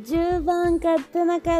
10番買ってなかった。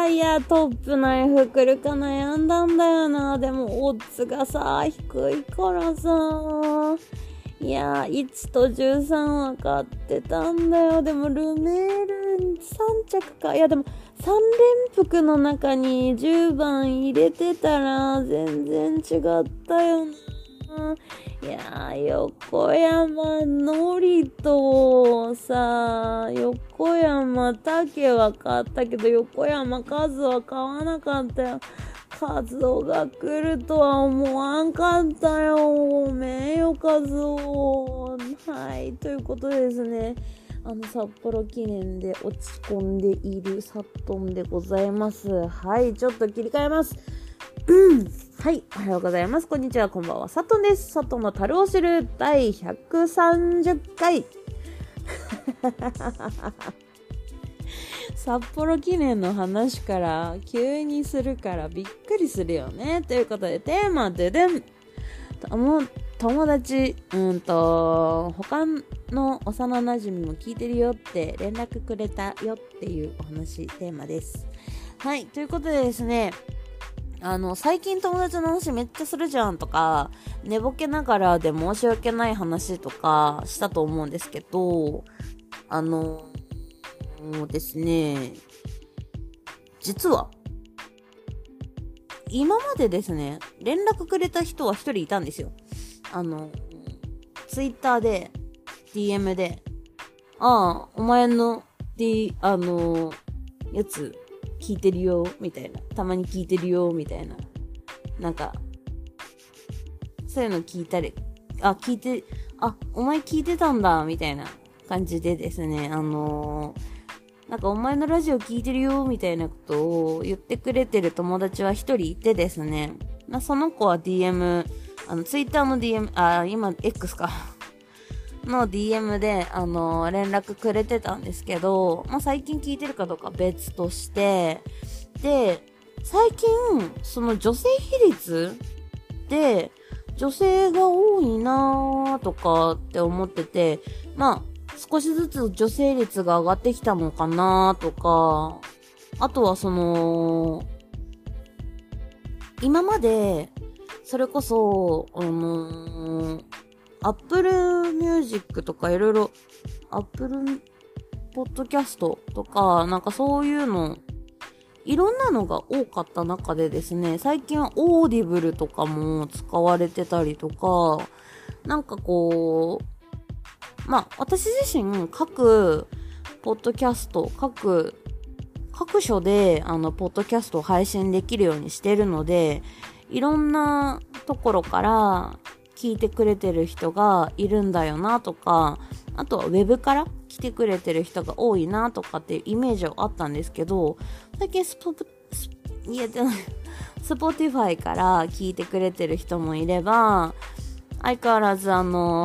いや、トップナイフ来るか悩んだんだよな。でも、オッズがさ、低いからさ。いや、1と13は買ってたんだよ。でも、ルメール3着か。いや、でも、3連複の中に10番入れてたら、全然違ったよな。いやー、横山のりとさ、横山竹は買ったけど、横山和は買わなかったよ。和夫が来るとは思わんかったよ。ごめんよ、和夫。はい、ということですね。札幌記念で落ち込んでいるサットンでございます。はい、ちょっと切り替えます。はい、おはようございます。こんにちは、こんばんは。サトンです。サトンの樽を知る第130回。札幌記念の話から急にするからびっくりするよね。ということで、テーマで友達、他の幼馴染も聞いてるよって連絡くれたよっていうお話、テーマです。はい、ということでですね、最近友達の話めっちゃするじゃんとか、寝ぼけながらで申し訳ない話とかしたと思うんですけど、ですね、実は、今までですね、連絡くれた人は一人いたんですよ。ツイッターで、DM で、お前の、やつ、聞いてるよみたいな、たまに聞いてるよみたいな、なんかそういうの聞いたり、お前聞いてたんだみたいな感じでですね、なんかお前のラジオ聞いてるよみたいなことを言ってくれてる友達は一人いてですね、その子は DM、ツイッターの DM、今 X かの DM で、連絡くれてたんですけど、最近聞いてるかどうか別として、で、最近、その女性比率で、女性が多いなーとかって思ってて、少しずつ女性率が上がってきたのかなーとか、あとは今まで、それこそ、Apple Music とかいろいろ Apple Podcast とかなんかそういうのいろんなのが多かった中でですね、最近はオーディブルとかも使われてたりとか、なんかこう、私自身各ポッドキャスト各所でポッドキャストを配信できるようにしてるので、いろんなところから聞いてくれてる人がいるんだよなとか、あとはウェブから来てくれてる人が多いなとかっていうイメージはあったんですけど、最近Spotify から聞いてくれてる人もいれば、相変わらず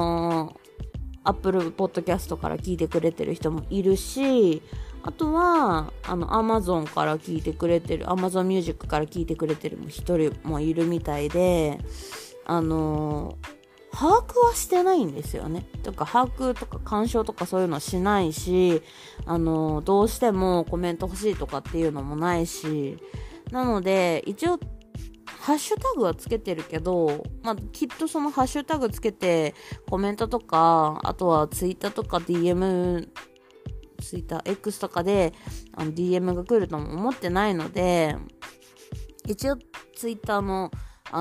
Apple Podcast から聞いてくれてる人もいるし、あとはAmazon から聞いてくれてる、Amazon Music から聞いてくれてる一人もいるみたいで、把握はしてないんですよね。とか把握とか干渉とかそういうのはしないし、どうしてもコメント欲しいとかっていうのもないし、なので一応ハッシュタグはつけてるけど、きっとそのハッシュタグつけてコメントとか、あとはツイッターとか X とかでDM が来るとも思ってないので、一応ツイッターの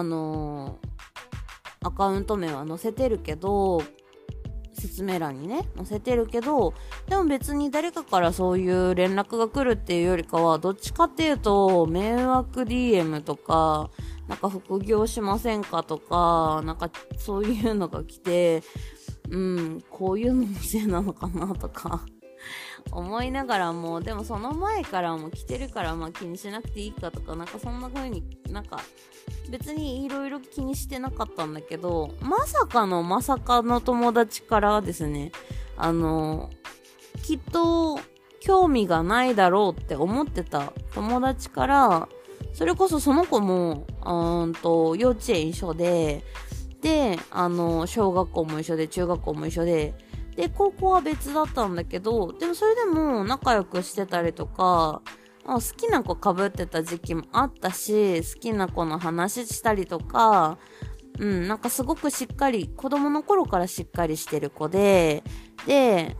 アカウント名は載せてるけど、説明欄にね載せてるけど、でも別に誰かからそういう連絡が来るっていうよりかは、どっちかっていうと迷惑 DM とか、なんか副業しませんかとか、なんかそういうのが来て、こういうののせいなのかなとか思いながらも、でもその前からも来てるから気にしなくていいかとか、なんかそんな風になんか別にいろいろ気にしてなかったんだけど、まさかの友達からですね、きっと興味がないだろうって思ってた友達から、それこそその子も幼稚園一緒で、小学校も一緒で中学校も一緒で、 で、高校は別だったんだけど、でもそれでも仲良くしてたりとか、好きな子被ってた時期もあったし、好きな子の話したりとか、なんかすごくしっかり、子供の頃からしっかりしてる子で、で、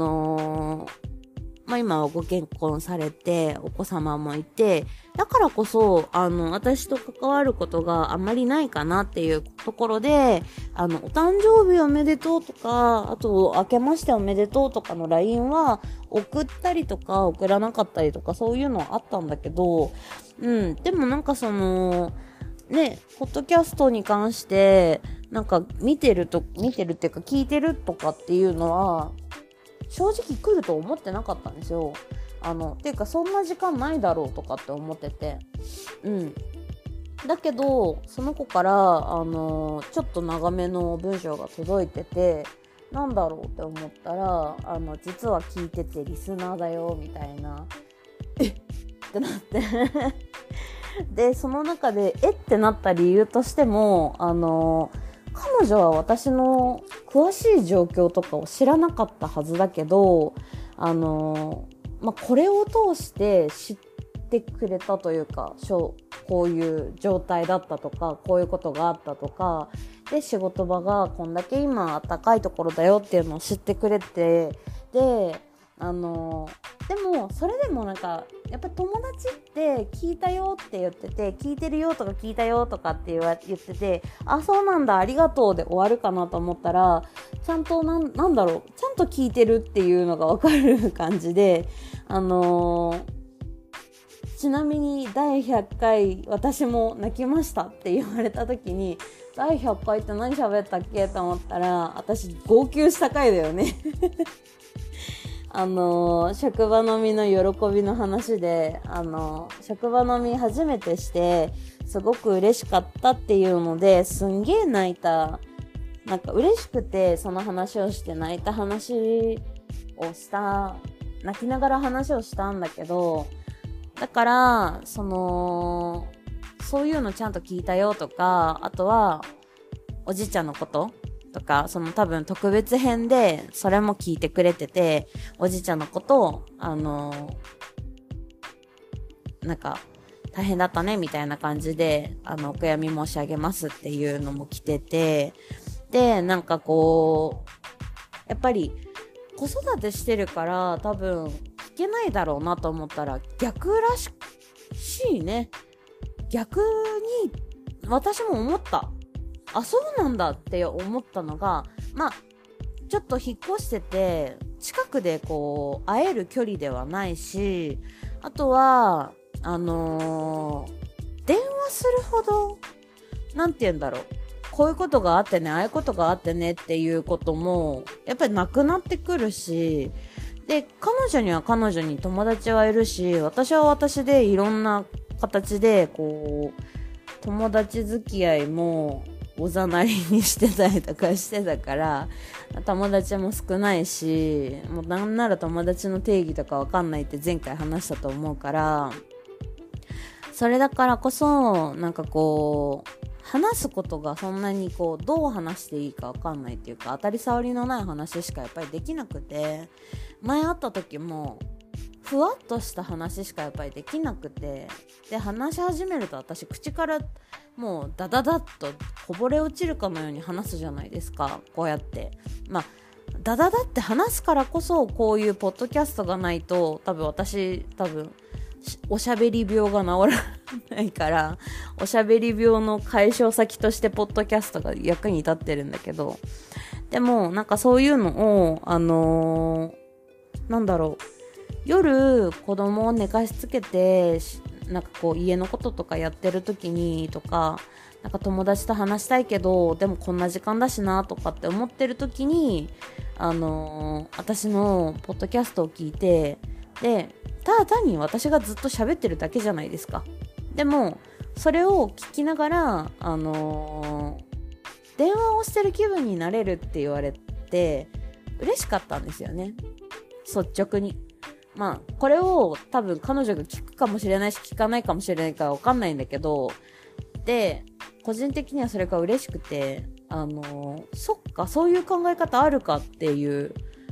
今はご結婚されて、お子様もいて、だからこそ、私と関わることがあんまりないかなっていうところで、お誕生日おめでとうとか、あと、明けましておめでとうとかの LINE は、送ったりとか、送らなかったりとか、そういうのはあったんだけど、でもなんかポッドキャストに関して、なんか見てるっていうか聞いてるとかっていうのは、正直来ると思ってなかったんですよ。っていうかそんな時間ないだろうとかって思ってて。だけど、その子から、ちょっと長めの文章が届いてて、なんだろうって思ったら、実は聞いててリスナーだよ、みたいな。ってなって。で、その中で、ってなった理由としても、彼女は私の詳しい状況とかを知らなかったはずだけど、これを通して知ってくれたというか、こういう状態だったとか、こういうことがあったとか、で、仕事場がこんだけ今暖かいところだよっていうのを知ってくれて、で、でもそれでもなんかやっぱり友達って聞いたよって言ってて、聞いてるよとか聞いたよとかって言ってて、あ、そうなんだありがとうで終わるかなと思ったら、ちゃんとなんだろう、ちゃんと聞いてるっていうのが分かる感じで、ちなみに第100回私も泣きましたって言われた時に、第100回って何喋ったっけと思ったら、私号泣した回だよね職場飲みの喜びの話で、職場飲み初めてして、すごく嬉しかったっていうので、すんげー泣いた。なんか嬉しくて、その話をして泣いた話をした、泣きながら話をしたんだけど、だから、そういうのちゃんと聞いたよとか、あとは、おじいちゃんのこととか、多分特別編でそれも聞いてくれてて、おじいちゃんのことをなんか大変だったねみたいな感じでお悔やみ申し上げますっていうのも来てて、でなんかこうやっぱり子育てしてるから多分聞けないだろうなと思ったら逆らしいね。逆に私も思った。あ、そうなんだって思ったのが、ちょっと引っ越してて、近くでこう、会える距離ではないし、あとは、電話するほど、なんて言うんだろう。こういうことがあってね、ああいうことがあってねっていうことも、やっぱりなくなってくるし、で、彼女には彼女に友達はいるし、私は私でいろんな形で、こう、友達付き合いも、おざなりにしてたりとかしてたから友達も少ないし、もうなんなら友達の定義とかわかんないって前回話したと思うから、それだからこそなんかこう話すことがそんなにこうどう話していいかわかんないっていうか、当たり障りのない話しかやっぱりできなくて、前会った時もふわっとした話しかやっぱりできなくて、で話し始めると私口からもうダダダッとこぼれ落ちるかのように話すじゃないですか。こうやってダダダって話すからこそ、こういうポッドキャストがないと多分おしゃべり病が治らないから、おしゃべり病の解消先としてポッドキャストが役に立ってるんだけど、でもなんかそういうのをなんだろう、夜子供を寝かしつけてなんかこう家のこととかやってる時にとか、なんか友達と話したいけどでもこんな時間だしなとかって思ってる時に私のポッドキャストを聞いて、でただ単に私がずっと喋ってるだけじゃないですか。でもそれを聞きながら電話をしてる気分になれるって言われて嬉しかったんですよね、率直に。これを多分彼女が聞くかもしれないし聞かないかもしれないかわかんないんだけど、で個人的にはそれが嬉しくて、そっかそういう考え方あるかっていう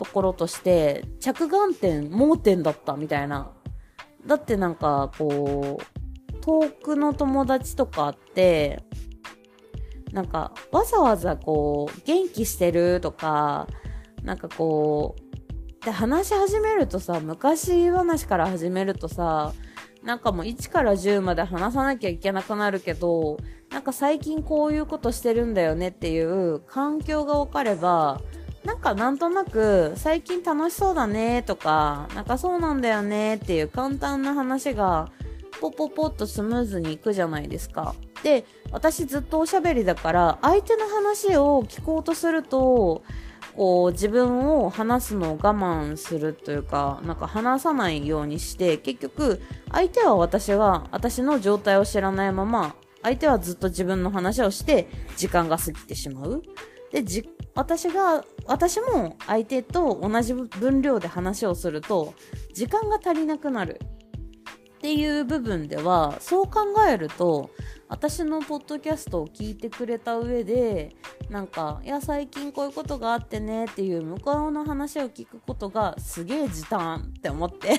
ところとして着眼点盲点だったみたいな。だってなんかこう遠くの友達とかってなんかわざわざこう元気してるとかなんかこうで話し始めるとさ、昔話から始めるとさ、なんかもう1から10まで話さなきゃいけなくなるけど、なんか最近こういうことしてるんだよねっていう環境が分かれば、なんとなく最近楽しそうだねとか、なんかそうなんだよねっていう簡単な話がポッポッポッとスムーズにいくじゃないですか。で、私ずっとおしゃべりだから相手の話を聞こうとすると、こう自分を話すのを我慢するというか、なんか話さないようにして、結局相手は私の状態を知らないまま、相手はずっと自分の話をして時間が過ぎてしまう。で、私も相手と同じ分量で話をすると時間が足りなくなるっていう部分では、そう考えると私のポッドキャストを聞いてくれた上で、なんかいや最近こういうことがあってねっていう向こうの話を聞くことがすげえ時短って思って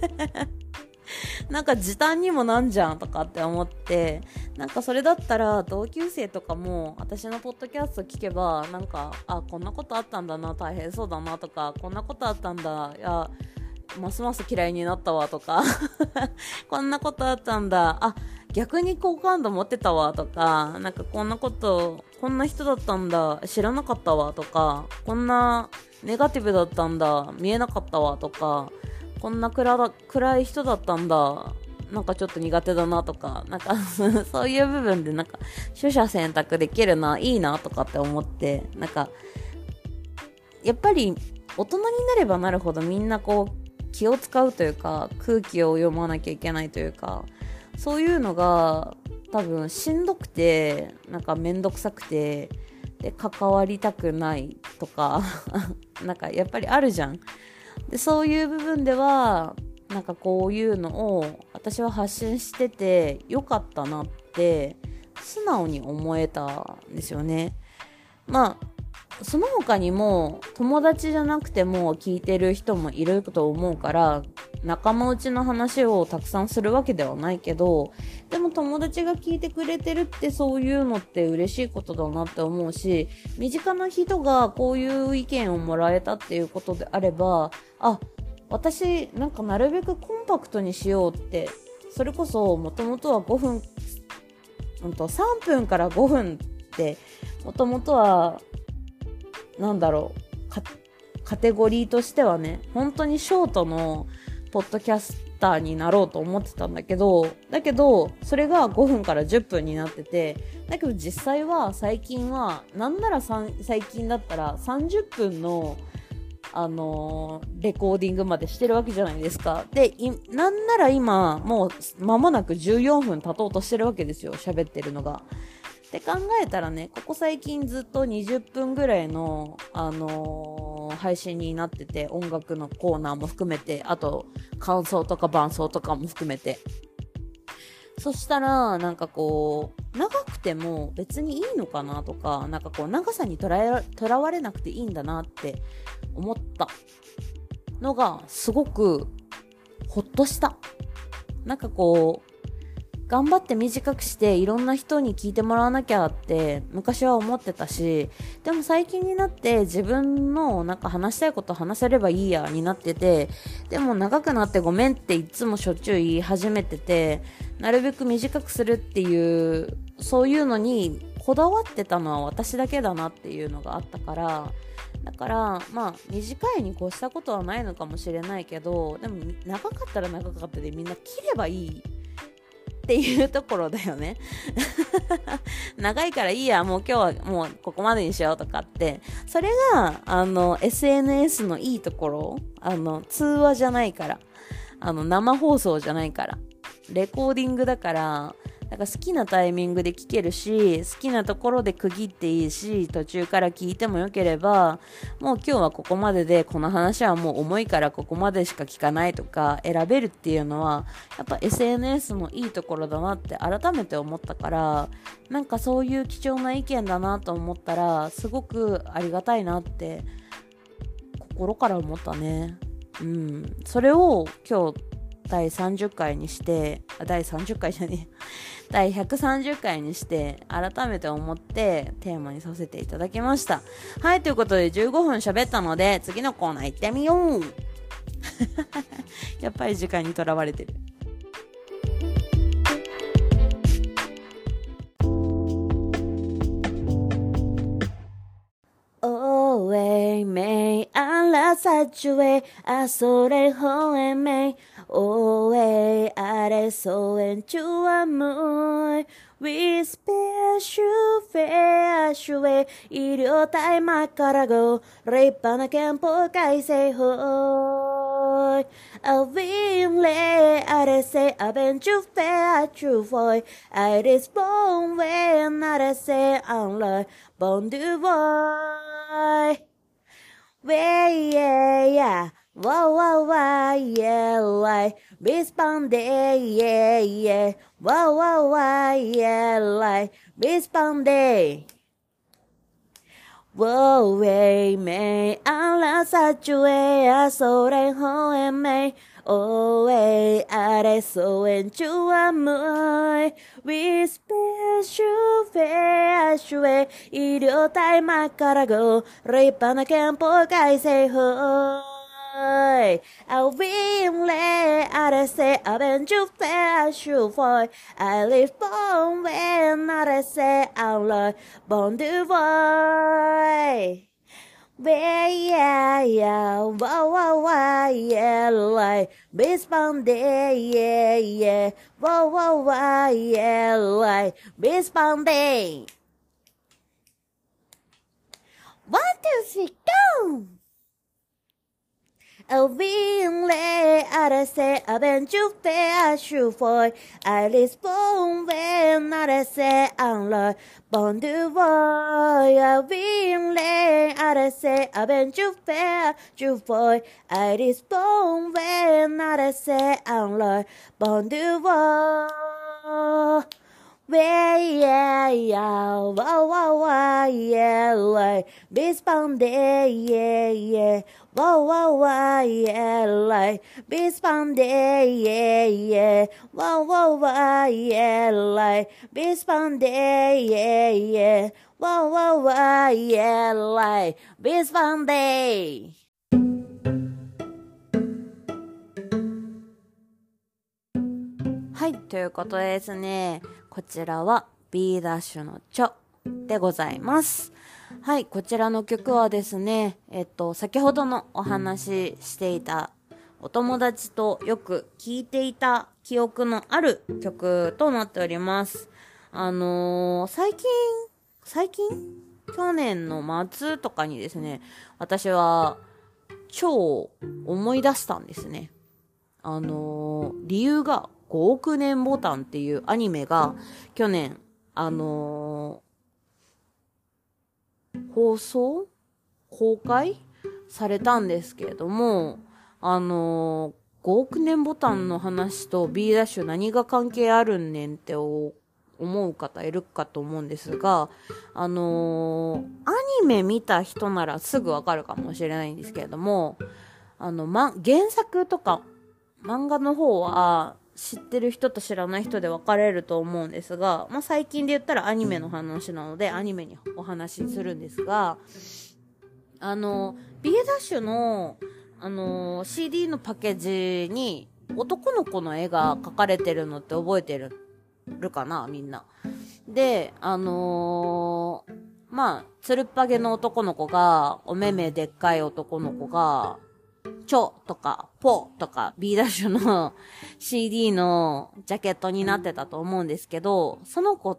なんか時短にもなんじゃんとかって思って、なんかそれだったら同級生とかも私のポッドキャスト聞けば、なんかこんなことあったんだな、大変そうだなとか、こんなことあったんだ、いやますます嫌いになったわとかこんなことあったんだ、逆に好感度持ってたわとか、なんかこんな人だったんだ、知らなかったわとか、こんなネガティブだったんだ、見えなかったわとか、こんな暗い人だったんだ、なんかちょっと苦手だなとか、なんかそういう部分でなんか取捨選択できるな、いいなとかって思って、なんかやっぱり大人になればなるほどみんなこう気を使うというか、空気を読まなきゃいけないというか、そういうのが多分しんどくて、なんかめんどくさくて、で関わりたくないとかなんかやっぱりあるじゃん。でそういう部分ではなんかこういうのを私は発信しててよかったなって素直に思えたんですよね。まあその他にも友達じゃなくても聞いてる人もいると思うから、仲間内の話をたくさんするわけではないけど、でも友達が聞いてくれてるってそういうのって嬉しいことだなって思うし、身近な人がこういう意見をもらえたっていうことであれば、私なんかなるべくコンパクトにしようって、それこそもともとは3分から5分ってもともとはカテゴリーとしてはね、本当にショートのポッドキャスターになろうと思ってたんだけど、それが5分から10分になってて、だけど実際は最近はなんなら最近だったら30分のレコーディングまでしてるわけじゃないですか。で、なんなら今もう間もなく14分経とうとしてるわけですよ、喋ってるのが。って考えたらね、ここ最近ずっと20分ぐらいの、配信になってて、音楽のコーナーも含めて、あと感想とか伴奏とかも含めて、そしたらなんかこう長くても別にいいのかなとか、なんかこう長さにとらわれなくていいんだなって思ったのがすごくほっとした。なんかこう頑張って短くしていろんな人に聞いてもらわなきゃって昔は思ってたし、でも最近になって自分のなんか話したいこと話せればいいやになってて、でも長くなってごめんっていつもしょっちゅう言い始めてて、なるべく短くするっていうそういうのにこだわってたのは私だけだなっていうのがあったから、だからまあ短いに越したことはないのかもしれないけど、でも長かったら長かったでみんな切ればいいっていうところだよね長いからいいや、もう今日はもうここまでにしようとかって、それがSNS のいいところ、通話じゃないから、生放送じゃないから、レコーディングだから、だから好きなタイミングで聞けるし、好きなところで区切っていいし、途中から聞いてもよければ、もう今日はここまでで、この話はもう重いからここまでしか聞かないとか選べるっていうのはやっぱ SNS のいいところだなって改めて思ったから、なんかそういう貴重な意見だなと思ったらすごくありがたいなって心から思ったね。それを今日第30回にして、第30回じゃねえ。第130回にして改めて思ってテーマにさせていただきました。はい、ということで15分喋ったので次のコーナー行ってみよう。やっぱり時間にとらわれてる。Ôi mày anh là sao chui à số đây hôn em mày Ôi à đây số em chua mùi We special fair chui ý điều tại mà carago Rây bà na kem po cái xe hồi À vinh lệ à đây xe à bên chú fair chú phôi À đây bông về à đây xe ăn lời Bon du voi yeah, wow, yeah, like, Bisponde, yeah, wow, yeah, like, Bisponde. Wow, mày, anh là sao chui, à số đây hôn em mày. Oh, à đây số em chua mùi. We special fair chui, ý điều tại mà carago, rây bà na kem po cái xe hơi. Áo vinh lệ, à đây xe à bên chú fair chú phôi, I live bông ven, à đây xe áo lời, bông du voi. Yeah, wow, yeah, like, Bisponde, yeah, wow, yeah, like, Bisponde. 1, 2, 3, go! Ở viên lệ à đây xe à bên chú phê à chú phôi à lít bông ven à đây xe ăn lời bọn du voi ở viên lệ à đây xe à bên chú phê à chú phôi à lít bông ven à đây xe ăn lời bọn du voi yeah, wow, yeah, like, Bisponde, yeah, wow, yeah, like, Bisponde, yeah, wow, yeah, like, Bisponde, yeah, wow, yeah, like, Bisponde. はい、ということでですね、こちらは B ダッシュのチョでございます。はい、こちらの曲はですね、先ほどのお話ししていたお友達とよく聴いていた記憶のある曲となっております。最近去年の末とかにですね、私は超思い出したんですね。理由が5億年ボタンっていうアニメが去年、放送公開されたんですけれども、5億年ボタンの話と B ダッシュ何が関係あるんねんって思う方いるかと思うんですが、アニメ見た人ならすぐわかるかもしれないんですけれども、原作とか漫画の方は知ってる人と知らない人で分かれると思うんですが、最近で言ったらアニメの話なのでアニメにお話しするんですが、B ダッシュのCD のパッケージに男の子の絵が描かれてるのって覚えてるかな、みんな。で、つるっぱげの男の子が、お目目でっかい男の子が、チョとかポとか B ダッシュの CD のジャケットになってたと思うんですけど、その子って、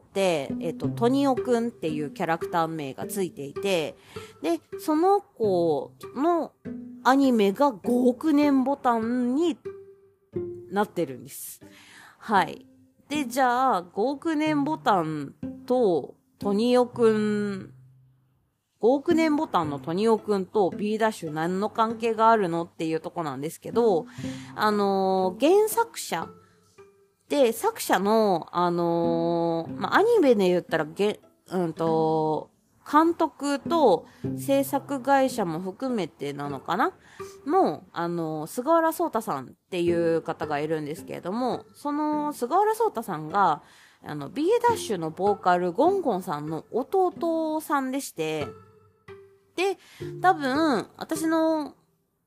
トニオくんっていうキャラクター名がついていて、で、その子のアニメが5億年ボタンになってるんです。はい。で、じゃあ、5億年ボタンとトニオくん、5億年ボタンのトニオくんと B ダッシュ何の関係があるのっていうとこなんですけど、原作者で、作者の、アニメで言ったら監督と制作会社も含めてなのかなもう、菅原聡太さんっていう方がいるんですけれども、その菅原聡太さんが、B ダッシュのボーカル、ゴンゴンさんの弟さんでして、で、多分、私も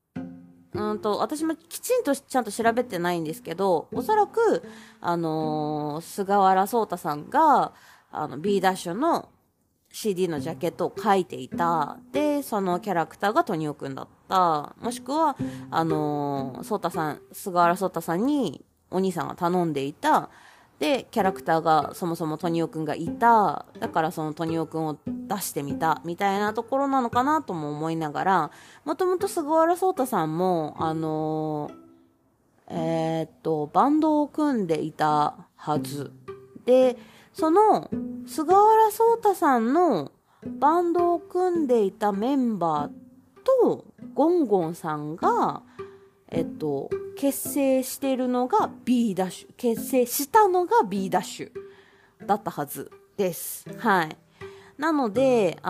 きちんとちゃんと調べてないんですけど、おそらく、菅原聡太さんが、B ダッシュの CD のジャケットを書いていた。で、そのキャラクターがトニオくんだった。もしくは、菅原聡太さんにお兄さんが頼んでいた。で、キャラクターがそもそもトニオくんがいた。だからそのトニオくんを出してみた。みたいなところなのかなとも思いながら、もともと菅原聡太さんも、バンドを組んでいたはず。で、その、菅原聡太さんのバンドを組んでいたメンバーと、ゴンゴンさんが、結成してるのが B ダッシュ。結成したのが B ダッシュだったはずです。はい。なので、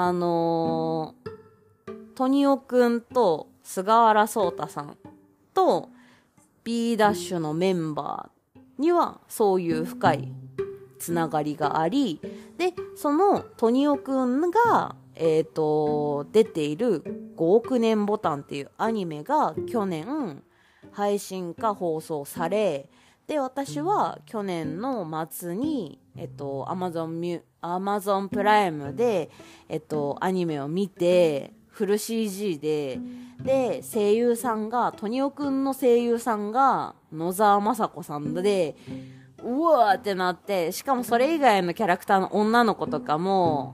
トニオくんと菅原聡太さんと B ダッシュのメンバーにはそういう深いつながりがあり、で、そのトニオくんが、出ている5億年ボタンっていうアニメが去年配信か放送され、で、私は去年の末に、Amazon プライムで、アニメを見て、フル CG で、声優さんが、トニオくんの声優さんが野沢雅子さんで、うわーってなって、しかもそれ以外のキャラクターの女の子とかも、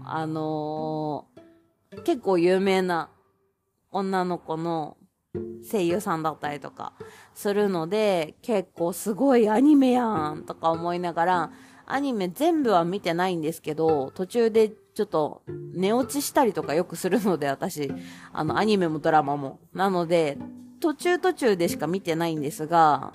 結構有名な女の子の声優さんだったりとかするので、結構すごいアニメやんとか思いながら、アニメ全部は見てないんですけど、途中でちょっと寝落ちしたりとかよくするので、私、アニメもドラマも。なので、途中でしか見てないんですが、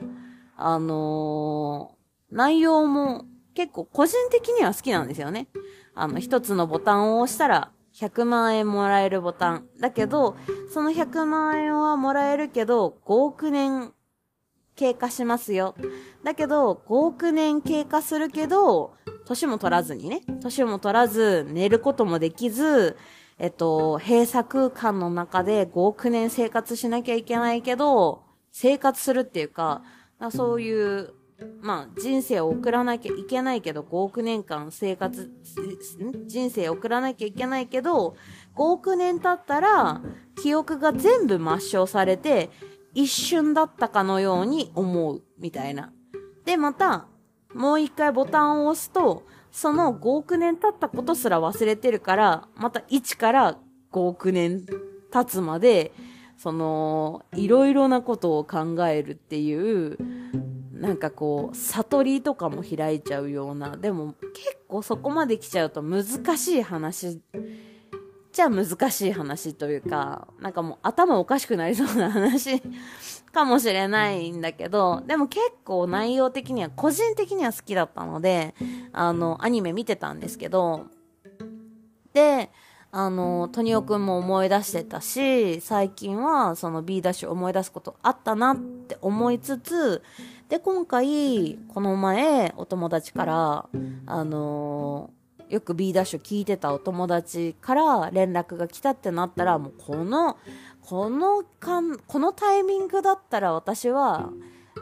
内容も結構個人的には好きなんですよね。一つのボタンを押したら100万円もらえるボタン。だけど、その100万円はもらえるけど、5億年経過しますよ。だけど、5億年経過するけど、年も取らずにね。年も取らず、寝ることもできず、閉鎖空間の中で5億年生活しなきゃいけないけど、生活するっていうか、そういう、人生を送らなきゃいけないけど、5億年間人生を送らなきゃいけないけど、5億年経ったら、記憶が全部抹消されて、一瞬だったかのように思う、みたいな。で、また、もう一回ボタンを押すと、その5億年経ったことすら忘れてるから、また1から5億年経つまで、いろいろなことを考えるっていう、なんかこう、悟りとかも開いちゃうような、でも結構そこまで来ちゃうと難しい話、じゃあ難しい話というか、なんかもう頭おかしくなりそうな話かもしれないんだけど、でも結構内容的には、個人的には好きだったので、アニメ見てたんですけど、で、トニオくんも思い出してたし、最近はその B ダッシュ思い出すことあったなって思いつつ、で、今回、この前、お友達から、よく B ダッシュ聞いてたお友達から連絡が来たってなったら、もうこのタイミングだったら私は、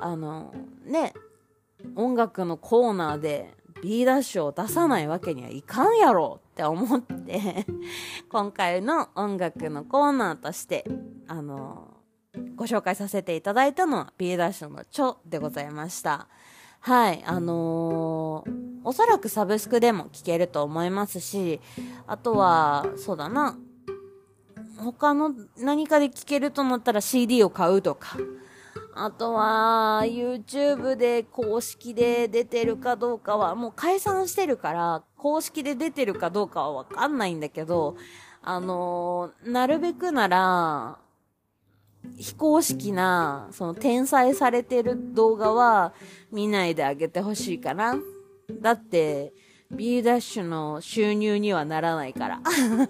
音楽のコーナーで B ダッシュを出さないわけにはいかんやろって思って今回の音楽のコーナーとしてご紹介させていただいたのは B ダッシュのチョでございました。はい、おそらくサブスクでも聴けると思いますし、あとはそうだな、他の何かで聴けるとなったら CD を買うとか、あとは YouTube で公式で出てるかどうかはもう解散してるから公式で出てるかどうかはわかんないんだけど、なるべくなら非公式なその転載されてる動画は見ないであげてほしいかな。だって B ダッシュの収入にはならないから。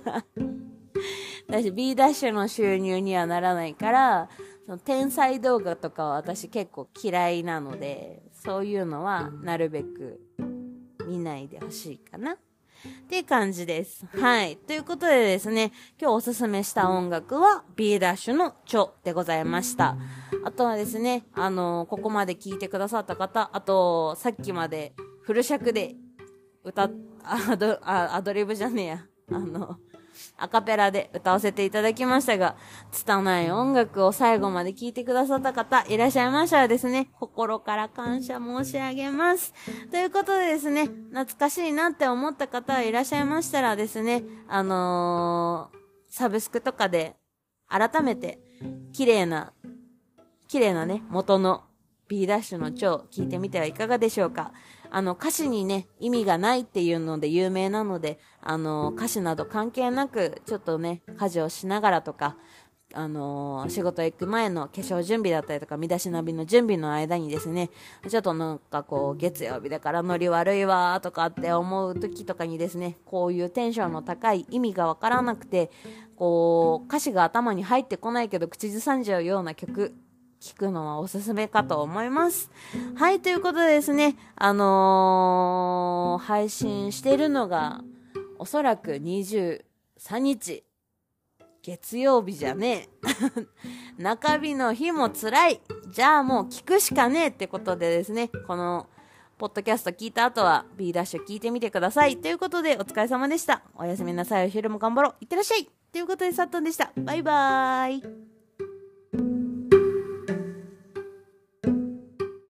私 B ダッシュの収入にはならないから、その天才動画とかは私結構嫌いなので、そういうのはなるべく見ないでほしいかなっていう感じです。はい。ということでですね、今日おすすめした音楽は B ダッシュのチョでございました。あとはですね、ここまで聞いてくださった方、あと、さっきまでフル尺でアドリブじゃねえや。アカペラで歌わせていただきましたが、拙い音楽を最後まで聴いてくださった方いらっしゃいましたらですね、心から感謝申し上げます。ということでですね、懐かしいなって思った方いらっしゃいましたらですね、サブスクとかで改めて綺麗なね、元の B ダッシュの超聞いてみてはいかがでしょうか。歌詞にね、意味がないっていうので有名なので、歌詞など関係なく、ちょっとね、家事をしながらとか、仕事行く前の化粧準備だったりとか、身だしなみの準備の間にですね、ちょっとなんかこう、月曜日だからノリ悪いわーとかって思う時とかにですね、こういうテンションの高い意味がわからなくて、こう、歌詞が頭に入ってこないけど口ずさんじゃうような曲、聞くのはおすすめかと思います。はい、ということでですね、配信しているのが、おそらく23日。月曜日じゃねえ。中日の日も辛い。じゃあもう聞くしかねえってことでですね、この、ポッドキャスト聞いた後は B ダッシュ聞いてみてください。ということでお疲れ様でした。おやすみなさい。お昼も頑張ろう。いってらっしゃい。ということで、さっとんでした。バイバーイ。